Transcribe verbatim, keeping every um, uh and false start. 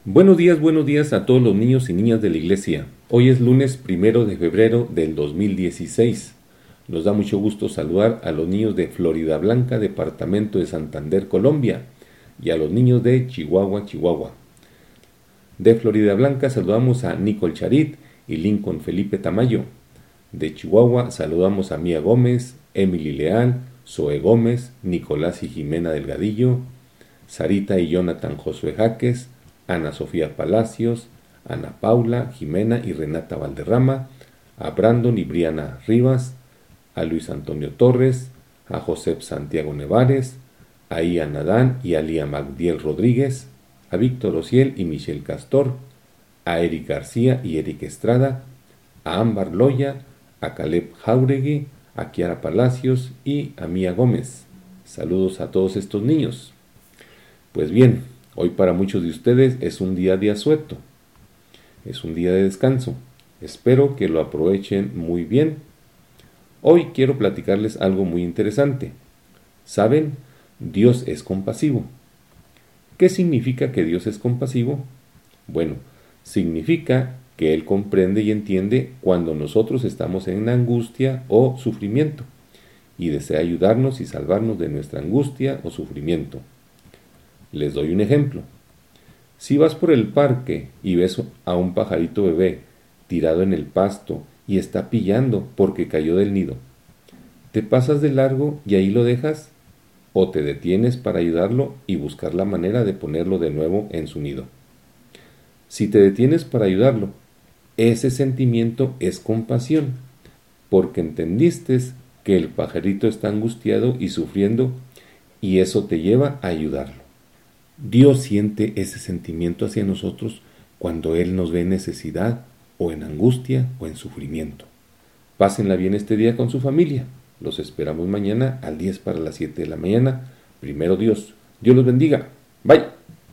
Buenos días, buenos días a todos los niños y niñas de la iglesia. Hoy es lunes primero de febrero del dos mil dieciséis. Nos da mucho gusto saludar a los niños de Florida Blanca, departamento de Santander, Colombia, y a los niños de Chihuahua, Chihuahua. De Florida Blanca saludamos a Nicole Charit y Lincoln Felipe Tamayo. De Chihuahua saludamos a Mía Gómez, Emily Leal, Zoe Gómez, Nicolás y Jimena Delgadillo, Sarita y Jonathan Josué Jaques, Ana Sofía Palacios, Ana Paula, Jimena y Renata Valderrama, a Brandon y Briana Rivas, a Luis Antonio Torres, a José Santiago Nevares, a Ian Adán y a Lía Magdiel Rodríguez, a Víctor Ociel y Michelle Castor, a Eric García y Eric Estrada, a Ámbar Loya, a Caleb Jauregui, a Kiara Palacios y a Mía Gómez. Saludos a todos estos niños. Pues bien, hoy para muchos de ustedes es un día de asueto, es un día de descanso. Espero que lo aprovechen muy bien. Hoy quiero platicarles algo muy interesante. ¿Saben? Dios es compasivo. ¿Qué significa que Dios es compasivo? Bueno, significa que Él comprende y entiende cuando nosotros estamos en angustia o sufrimiento y desea ayudarnos y salvarnos de nuestra angustia o sufrimiento. Les doy un ejemplo. Si vas por el parque y ves a un pajarito bebé tirado en el pasto y está pillando porque cayó del nido, ¿te pasas de largo y ahí lo dejas? ¿O te detienes para ayudarlo y buscar la manera de ponerlo de nuevo en su nido? Si te detienes para ayudarlo, ese sentimiento es compasión, porque entendiste que el pajarito está angustiado y sufriendo y eso te lleva a ayudarlo. Dios siente ese sentimiento hacia nosotros cuando Él nos ve en necesidad o en angustia o en sufrimiento. Pásenla bien este día con su familia. Los esperamos mañana al diez para las siete de la mañana. Primero Dios. Dios los bendiga. Bye.